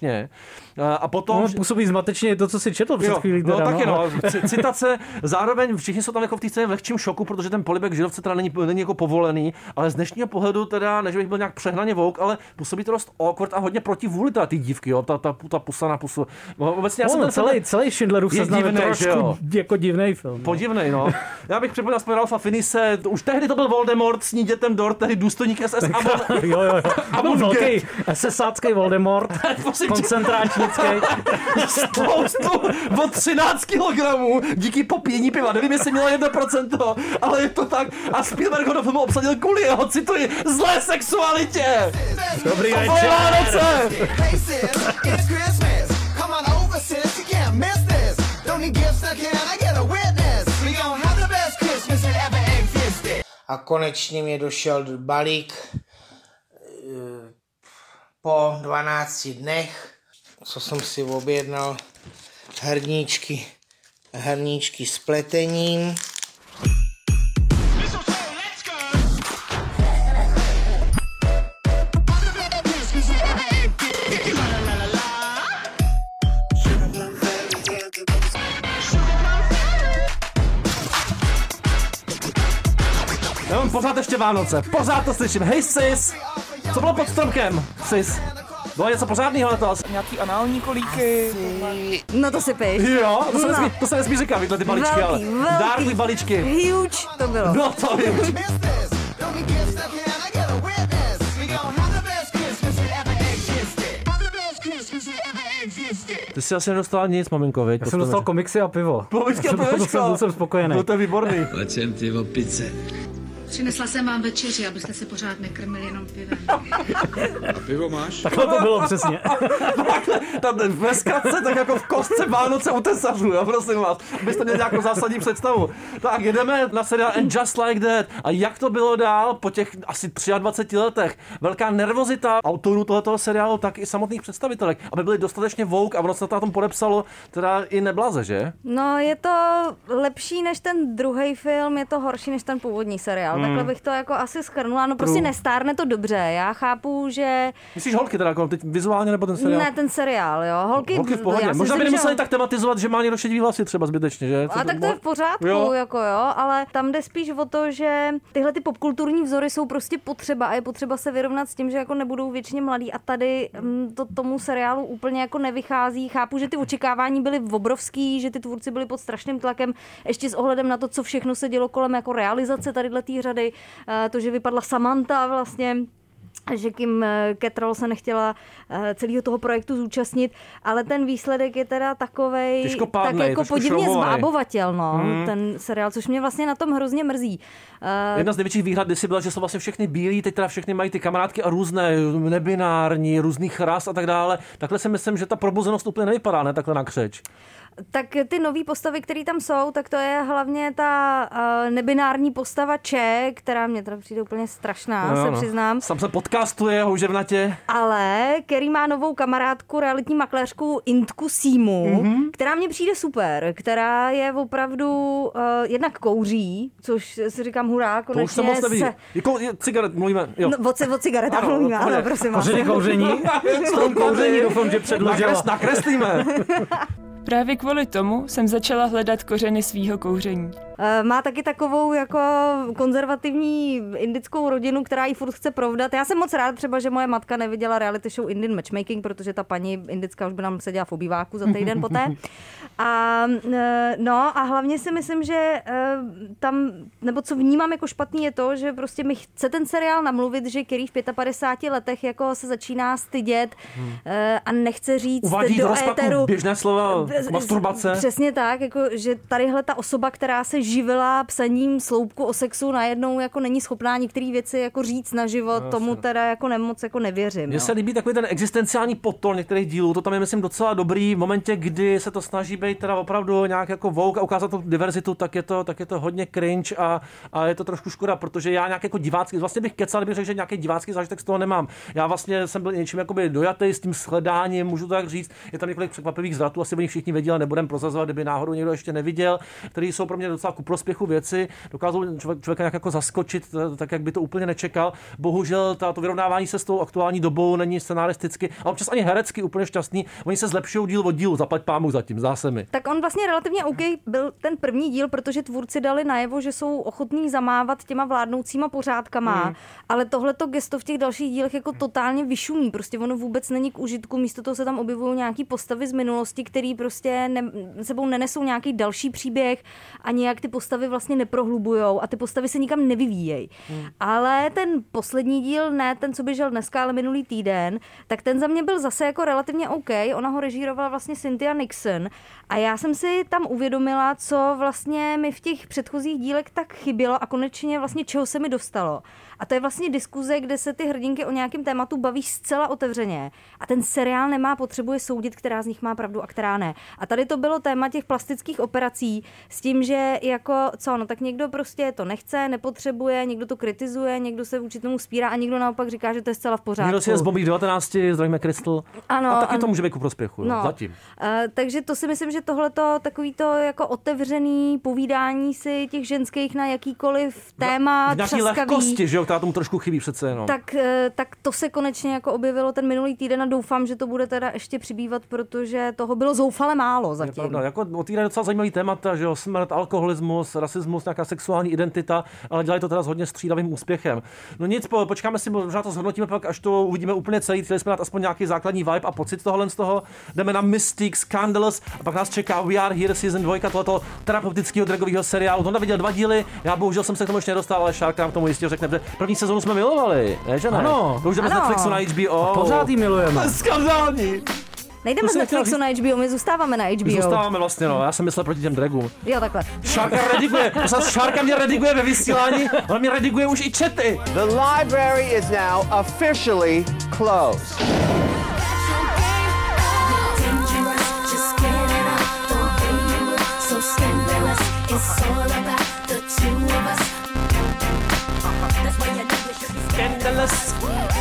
strašně. A potom... No, působí zmatečně to, co si četl před chvílí. No taky citace, zároveň všichni jsou tam jako v té scéně v lehčím šoku, protože ten polibek židovce teda není jako povolený, ale z dnešního pohledu teda, než bych byl nějak přehnaně woke, ale působí to dost awkward a hodně proti vůli ty dívky, jo, ta pusa na pusu. Obecně celý Schindlerův seznam je trošku jako divnej film. Podivnej, no. Já bych připomněl aspoň Ralfa Finise, už tehdy to byl Voldemort s ní dětem Dort, tehdy důstojník SS a byl velký SSácký Voldemort, koncentráčnický. Spoustu o 13 kilogramů díky popíjení piva. Nevím, jestli mělo 1%, ale je to tak. A Spielberg ho do filmu obsadil kvůli jeho, cituji, zlé sexualitě. Dobrý večer. A konečně mi došel balík po 12 dnech, co jsem si objednal hrníčky s pletením. Já mám pořád ještě Vánoce, pořád to slyším. Hej sis, co bylo pod stromkem, sis? Bylo něco pořádného letos? Nějaký anální kolíky. No to si piš. Jo, to se nesmí říkat, tyhle ty balíčky, ale dárkový balíčky. Huge to bylo. No to huge. Ty jsi asi nedostala nic, maminko, viď? Já jsem dostal komiksy a pivo. Komiksy a pivečko. Byl jsem spokojený. No to je výborný. Pojď sem ty opice. Přinesla jsem vám večeři, abyste se pořád nekrmili jenom pivem. A pivo máš? Takhle to bylo přesně. Takhle, ve zkratce, tak jako v kostce Vánoce u tesařů, jo, prosím vás, abyste měli nějakou zásadní představu. Tak jedeme na seriál And Just Like That. A jak to bylo dál po těch asi 23 letech? Velká nervozita autorů tohoto seriálu, tak i samotných představitelek, aby byli dostatečně woke a ono se na tom podepsalo teda i neblaze, že? No, je to lepší než ten druhý film, je to horší než ten původní seriál. Takhle bych to jako asi shrnula. No prostě nestárne to dobře. Já chápu, že... Myslíš holky teda, jako teď vizuálně nebo ten seriál? Ne, ten seriál, jo. Holky v pohodě. Možná by nemuseli tak tematizovat, že má někdo šedivý vlasy třeba zbytečně, že? A tak to je v pořádku, jako jo, ale tam jde spíš o to, že tyhle ty popkulturní vzory jsou prostě potřeba a je potřeba se vyrovnat s tím, že jako nebudou věčně mladí a tady to tomu seriálu úplně jako nevychází. Chápu, že ty očekávání byly obrovský, že ty tvůrci byli pod strašným tlakem, ještě s ohledem na to, co všechno se dělo kolem jako realizace tadyhle té řady. To, že vypadla Samantha vlastně, že Kim Cattrall se nechtěla celého toho projektu zúčastnit, ale ten výsledek je teda takovej, tak jako podivně zbábovatel, no, ten seriál, což mě vlastně na tom hrozně mrzí. Jedna z největších výhrad kdysi byla, že jsou vlastně všechny bílí, teď teda všechny mají ty kamarádky a různé nebinární, různých ras a tak dále. Takhle si myslím, že ta probuzenost úplně nevypadá, ne takhle na křeč. Tak ty nový postavy, které tam jsou, tak to je hlavně ta nebinární postava Če, která mě teda přijde úplně strašná, se přiznám. Sam se podcastuje houževnatě. Ale který má novou kamarádku, realitní makléřku Intku Símu, která mě přijde super, která je opravdu jednak kouří, což si říkám hurá, konečně. To už se moc neví. Jako cigaret mluvíme, jo. No, o cigaretách mluvíme, ano, prosím vás. Kouření? Strom kouření, doufám, že předložila. Nakreslíme. Právě kvůli tomu jsem začala hledat kořeny svýho kouření. Má taky takovou jako konzervativní indickou rodinu, která ji furt chce provdat. Já jsem moc rád třeba, že moje matka neviděla reality show Indian Matchmaking, protože ta paní indická už by nám seděla v obýváku za týden poté. A hlavně si myslím, že tam, nebo co vnímám jako špatný je to, že prostě mi chce ten seriál namluvit, že který v 55 letech jako se začíná stydět a nechce říct uvádí do rozpaku éteru běžné slova, masturbace. Přesně tak, jako, že tadyhle ta osoba, která se živila psaním sloupku o sexu, najednou jako není schopná některé věci jako říct na život, tomu teda jako nemoc jako nevěřím. Mně se líbí takový ten existenciální podton některých dílů, to tam je myslím docela dobrý. V momentě, kdy se to snaží být teda opravdu nějak jako woke a ukázat tu diverzitu, tak je to hodně cringe a je to trošku škoda, protože já nějak jako divácký, vlastně bych kecal, kdybych řekl, že nějaký divácký zážitek z toho nemám. Já vlastně jsem byl něčím jakoby dojatý s tím shledáním, můžu to tak říct. Je tam několik překvapivých zvratů, asi by všichni věděli, nebudem prozrazovat, kdyby náhodou někdo ještě neviděl, který jsou pro mě docela docela ku prospěchu věci, dokázal člověka nějak jako zaskočit, tak jak by to úplně nečekal. Bohužel to vyrovnávání se s tou aktuální dobou není scenaristicky a občas ani herecky úplně šťastný. Oni se zlepšují díl od dílu, zaplať pámu zatím, zdá se mi. Tak on vlastně relativně OK byl ten první díl, protože tvůrci dali najevo, že jsou ochotní zamávat těma vládnoucíma pořádkama, ale tohleto gesto v těch dalších dílech jako totálně vyšumí. Prostě ono vůbec není k užitku, místo toho se tam objevují nějaký postavy z minulosti, který prostě sebou nenesou nějaký další příběh a nějak ty postavy vlastně neprohlubujou a ty postavy se nikam nevyvíjejí. Ale ten poslední díl, ne ten, co běžel dneska, ale minulý týden, tak ten za mě byl zase jako relativně OK. Ona ho režírovala vlastně Cynthia Nixon a já jsem si tam uvědomila, co vlastně mi v těch předchozích dílech tak chybělo a konečně vlastně čeho se mi dostalo. A to je vlastně diskuze, kde se ty hrdinky o nějakém tématu baví zcela otevřeně. A ten seriál nemá potřebu je soudit, která z nich má pravdu a která ne. A tady to bylo téma těch plastických operací s tím, že jako co, no tak někdo prostě to nechce, nepotřebuje, někdo to kritizuje, někdo se vůči tomu spírá a někdo naopak říká, že to je zcela v pořádku. Někdo si je z Bombích 19, zdravíme Crystal. Ano, a taky to může být ku prospěchu, no. Zatím. Takže to si myslím, že tohleto takový to jako otevřený povídání si těch ženských na jakýkoliv téma nějaký lehkosti, že jo, která tomu trošku chybí přece jenom. Tak to se konečně jako objevilo ten minulý týden a doufám, že to bude teda ještě přibývat, protože toho bylo zoufale málo zatím. Je pravda, jako otvírají docela zajímavý témata, že jo, smrt, alkoholismus, rasismus, nějaká sexuální identita, ale dělají to teda s hodně střídavým úspěchem. No nic, počkáme si, možná to zhodnotíme pak, až to uvidíme úplně celý, chtěli jsme dát aspoň nějaký základní vibe a pocit tohohle z toho. Jdeme na Mystique, Scandalous a pak nás čeká We Are Here season 2 tohoto terapeutického dragového seriálu. Tonda viděl 2 díly, já bohužel jsem se k tomu ještě nedostal, ale Šárka nám k tomu jistě řekne, že první sezónu jsme milovali, ne, že ne? Ano. To už jdeme z Netflixu na HBO. A pořád jí milujeme. To je skandální. Nejdeme z Netflixu na HBO, my zůstáváme na HBO. My zůstáváme vlastně, no, já jsem myslel proti těm dragům. Jo, takhle. Šárka rediguje, Šárka mě rediguje ve vysílání, ale mě rediguje už i chaty. The library is now officially closed. Scandalous.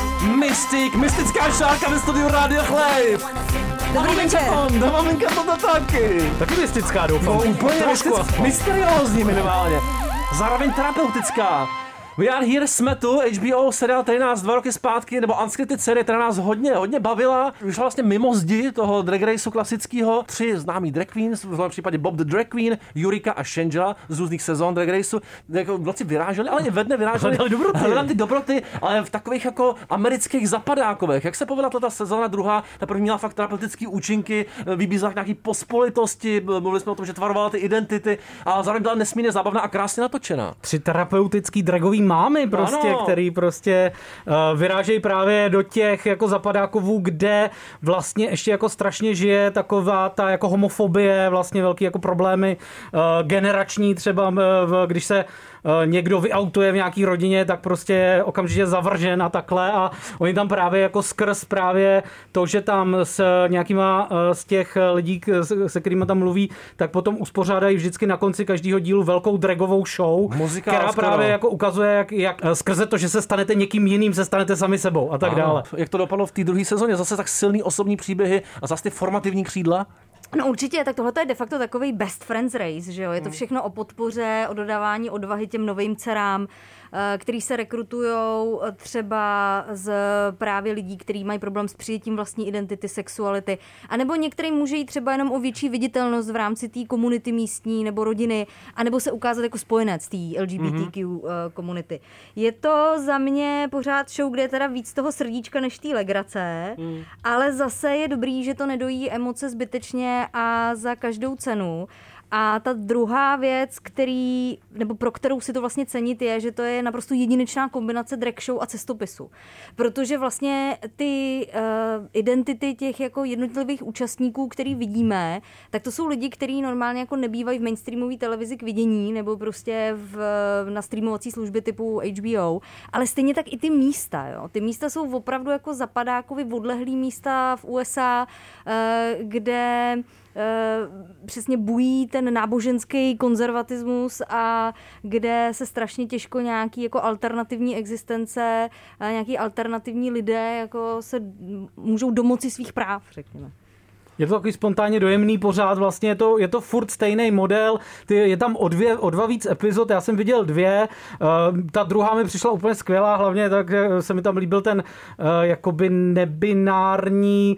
Mystická Šárka ve studiu Rádia Live. Dobrý večer. Maminka to taky. Taky mystická, doufám. No, úplně mysteriózní minimálně. Zároveň terapeutická. We Are Here jsme tu, HBO seriál, který nás 2 roky zpátky, nebo unscripted série, která nás hodně bavila. Vyšla vlastně mimo zdi toho drag raceu klasického. 3 známý drag queens, v tom případě Bob the Drag Queen, Jurika a Shangela z různých sezon drag raceu. Jako v noci vyráželi, ale i ve dne vyráželi. Hledali ty dobroty, ale v takových jako amerických zapadákových. Jak se povedla ta sezóna druhá, ta první měla fakt terapeutické účinky, vybízela k nějaký pospolitosti, mluvili jsme o tom, že tvarovala ty identity a zároveň byla nesmírně zábavná a krásně natočená. 3 terapeutický dragový mámy prostě, ano. Který prostě vyrážejí právě do těch jako zapadákovů, kde vlastně ještě jako strašně žije taková ta jako homofobie, vlastně velký jako problémy generační třeba, když se někdo vyautuje v nějaký rodině, tak prostě okamžitě zavržen a takhle a oni tam právě jako skrz právě to, že tam s nějakýma z těch lidí, se kterými tam mluví, tak potom uspořádají vždycky na konci každého dílu velkou dragovou show, která právě jako ukazuje, jak skrze to, že se stanete někým jiným, se stanete sami sebou a tak dále. Jak to dopadlo v té druhé sezóně? Zase tak silný osobní příběhy a zase ty formativní křídla? No určitě, tak tohle je de facto takový best friends race, že jo? Je to všechno o podpoře, o dodávání odvahy těm novým dcerám, který se rekrutujou třeba z právě lidí, kteří mají problém s přijetím vlastní identity, sexuality, anebo některým může jít třeba jenom o větší viditelnost v rámci té komunity místní nebo rodiny, anebo se ukázat jako spojenec té LGBTQ komunity. Je to za mě pořád show, kde je teda víc toho srdíčka než té legrace, ale zase je dobrý, že to nedojí emoce zbytečně a za každou cenu. A ta druhá věc, pro kterou si to vlastně cenit, je, že to je naprosto jedinečná kombinace drag show a cestopisu. Protože vlastně ty identity těch jako jednotlivých účastníků, který vidíme, tak to jsou lidi, kteří normálně jako nebývají v mainstreamové televizi k vidění nebo prostě na streamovací služby typu HBO, ale stejně tak i ty místa. Jo? Ty místa jsou opravdu jako zapadákově odlehlý místa v USA, kde přesně bují ten náboženský konzervatismus a kde se strašně těžko nějaký jako alternativní existence, nějaký alternativní lidé jako se můžou domoci svých práv, řekněme. Je to takový spontánně dojemný pořád, vlastně je to furt stejný model, je tam o dva víc epizod, já jsem viděl 2, ta druhá mi přišla úplně skvělá, hlavně tak se mi tam líbil ten jakoby nebinární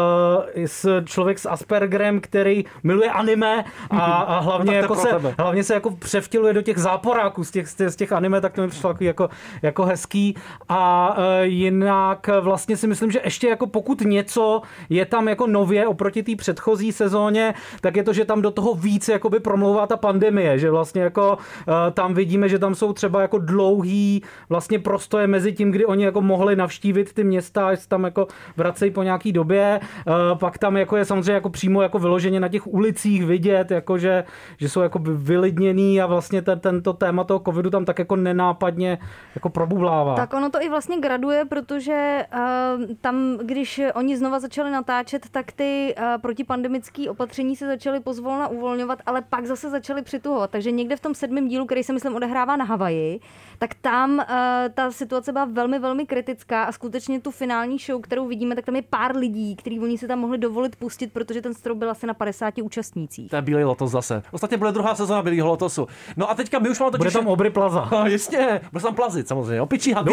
člověk s Aspergerem, který miluje anime a hlavně se jako převtěluje do těch záporáků z těch anime, tak to mi přišlo jako hezký. A jinak vlastně si myslím, že ještě jako pokud něco je tam jako nově oproti té předchozí sezóně, tak je to, že tam do toho víc jakoby promlouvá ta pandemie, že vlastně jako tam vidíme, že tam jsou třeba jako dlouhý vlastně prostoje mezi tím, kdy oni jako mohli navštívit ty města, až tam jako vracejí po nějaký době. Pak tam jako je samozřejmě jako přímo jako vyloženě na těch ulicích vidět, jako že jsou jako vylidněný a vlastně tento téma toho covidu tam tak jako nenápadně jako probublává. Tak ono to i vlastně graduje, protože tam, když oni znova začali natáčet, tak ty protipandemické opatření se začaly pozvolna uvolňovat, ale pak zase začaly přituhovat. Takže někde v tom 7. dílu, který se myslím odehrává na Havaji, tak tam ta situace byla velmi, velmi kritická a skutečně tu finální show, kterou vidíme, tak tam je pár lidí, který oni si tam mohli dovolit pustit, protože ten strop byl asi na 50 účastnících. To je Bílý lotos zase. Ostatně bude druhá sezóna Bílýho lotosu. No a teďka my už máme totiž... Bude tam Aubrey Plaza. Jistě, bude tam plazit samozřejmě. Opičí had.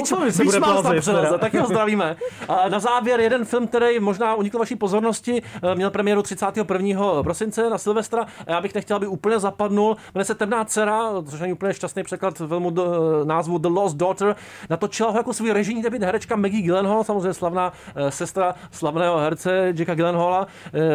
Tak ho zdravíme. A na závěr jeden film, který možná unikl vaší pozornosti, měl premiéru 31. prosince na Silvestra. A já bych nechtěl, aby úplně zapadnul. Jmenuje se Temná dcera, což není úplně šťastný překlad filmu názvu The Lost Daughter. Natočila ho jako svůj režijní debut herečka Maggie Gyllenhaal, samozřejmě slavná sestra slavného herce Jacka Gyllenhaala,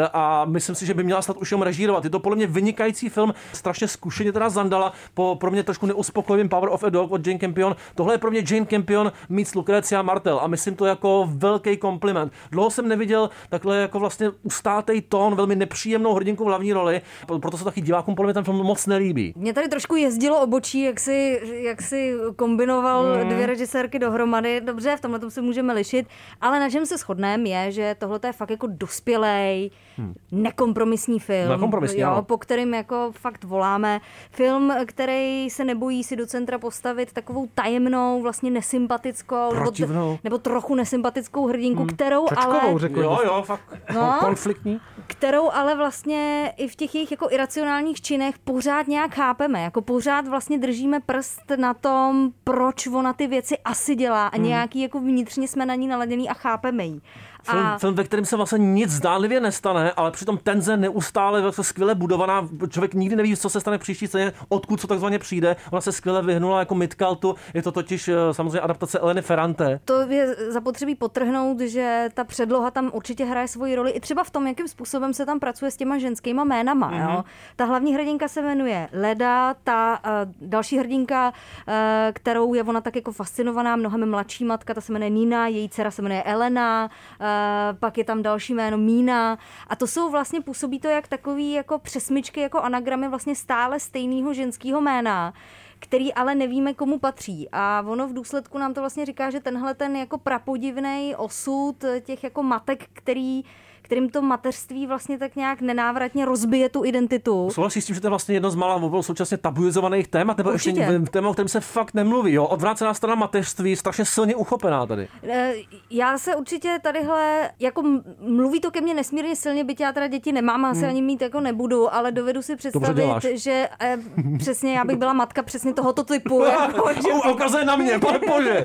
a myslím si, že by měla snad už jenom režírovat. Je to podle mě vynikající film, strašně zkušeně teda zandala po pro mě trošku neuspokojivým Power of a Dog od Jane Campion. Tohle je pro mě Jane Campion meets Lucrecia Martel a myslím to jako velký kompliment. Dlouho jsem neviděl takhle jako vlastně ustátej tón, velmi nepříjemnou hrdinku v hlavní roli, proto se taky divákům podle mě ten film moc nelíbí. Mě tady trošku jezdilo obočí, jak si kombinoval dvě režisérky dohromady. Dobře, v tomhle tom se můžeme lišit, ale na čem se shodneme je, že tohle je fakt jako dospělej, nekompromisní film, po kterým jako fakt voláme. Film, který se nebojí si do centra postavit takovou tajemnou, vlastně nesympatickou, nebo trochu nesympatickou hrdinku, kterou Čačkovou, ale... fakt konfliktní. Kterou ale vlastně i v těch jejich jako iracionálních činech pořád nějak chápeme, jako pořád vlastně držíme prst na tom, proč ona ty věci asi dělá a nějaký jako vnitřně jsme na ní naladěný a chápeme jí. Film, ve kterém se vlastně nic zdánlivě nestane, ale přitom tenze neustále skvěle budovaná. Člověk nikdy neví, co se stane příští scéně, odkud co takzvaně přijde. Ona se skvěle vyhnula jako Midcaltu. Je to totiž samozřejmě adaptace Eleny Ferrante. To je zapotřebí podtrhnout, že ta předloha tam určitě hraje svoji roli i třeba v tom, jakým způsobem se tam pracuje s těma ženskýma jménama. Jo? Ta hlavní hrdinka se jmenuje Leda, ta další hrdinka, kterou je ona tak jako fascinovaná, mnohem mladší matka, ta se jmenuje Nina, její dcera se jmenuje Elena, pak je tam další jméno Mína a to jsou vlastně, působí to jak takový jako přesmyčky, jako anagramy vlastně stále stejného ženského jména, který ale nevíme, komu patří. A ono v důsledku nám to vlastně říká, že tenhle ten jako prapodivnej osud těch jako matek, kterým to mateřství vlastně tak nějak nenávratně rozbije tu identitu. Souhlasíš s tím, že to je vlastně jedno z mála současně tabuizovaných témat, nebo ještě téma, o kterém se fakt nemluví. Jo? Odvrácená strana mateřství, strašně silně uchopená tady. Já se určitě tadyhle, jako mluví to ke mně nesmírně silně, byť já teda děti nemám, asi ani mít jako nebudu, ale dovedu si představit, že přesně já bych byla matka přesně tohoto typu. Jako, že... Ukazuje na mě, pane bože.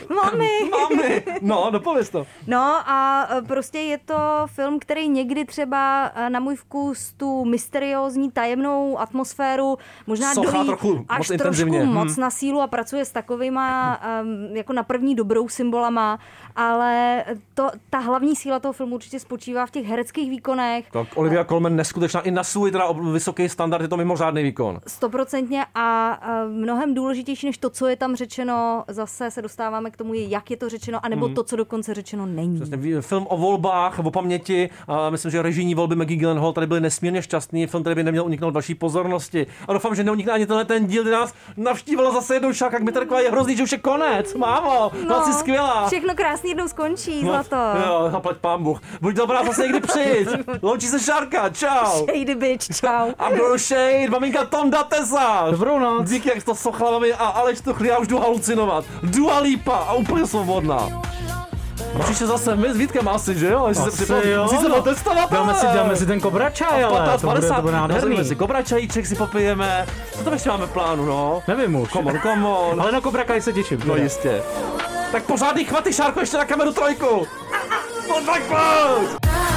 Mami. No, dopověz to. No a prostě je to film, který někdy třeba na můj vkus tu mysteriózní tajemnou atmosféru možná dojí až trošku moc na sílu a pracuje s takovýma jako na první dobrou symbolama, ale ta hlavní síla toho filmu určitě spočívá v těch hereckých výkonech. Tak Olivia Colman neskutečná i na svůj teda vysoký standard, je to mimořádný výkon. 100% a mnohem důležitější než to, co je tam řečeno, zase se dostáváme k tomu, jak je to řečeno, anebo to, co dokonce řečeno není. Přesně, film o volbách, o paměti. A myslím, že režijní volby Maggie Gyllenhaal tady byly nesmírně šťastný. Film, který by neměl uniknout vaší pozornosti. A doufám, že neunikne ani ten díl, kdy nás navštívila zase jednou Šárka Kmiterková. Je hrozný, že už je konec. Mámo, jsi skvělá. Všechno krásný jednou skončí, zlato. Jo, zaplať pán Bůh. Buď dobrá, zase někdy přijď. Loučí se Šárka, čau. Shady bitch, čau. I'm gonna shade, maminka Tonda Tesa. Dobrou noc. Díky, jak to sochla mami a Aleš Tuchl, já už jdu halucinovat. Dua Lipa a úplně svobodná. Příště zase my s Vítkem asi, že jo? Musí se otestovat, dáme si ten Cobra čaj, ale to bude nádherný. Dáme si Cobra čajíček, si popijeme. Co tam ještě máme plánu, no? Nevím už. Come on. Ale na Cobra Kai se těším. No jistě. Tak pořádný chvaty, Šárko, ještě na kameru 3. Tak close!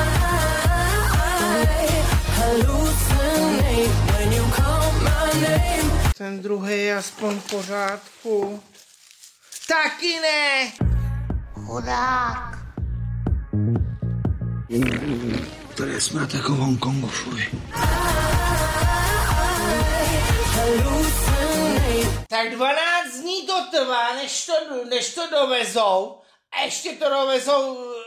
Ten druhý je aspoň v pořádku. Taky ne! Chudák. Tady jsme jako v Hongkongu, fuj. Tak 12 dní to trvá, než to dovezou. A ještě to dovezou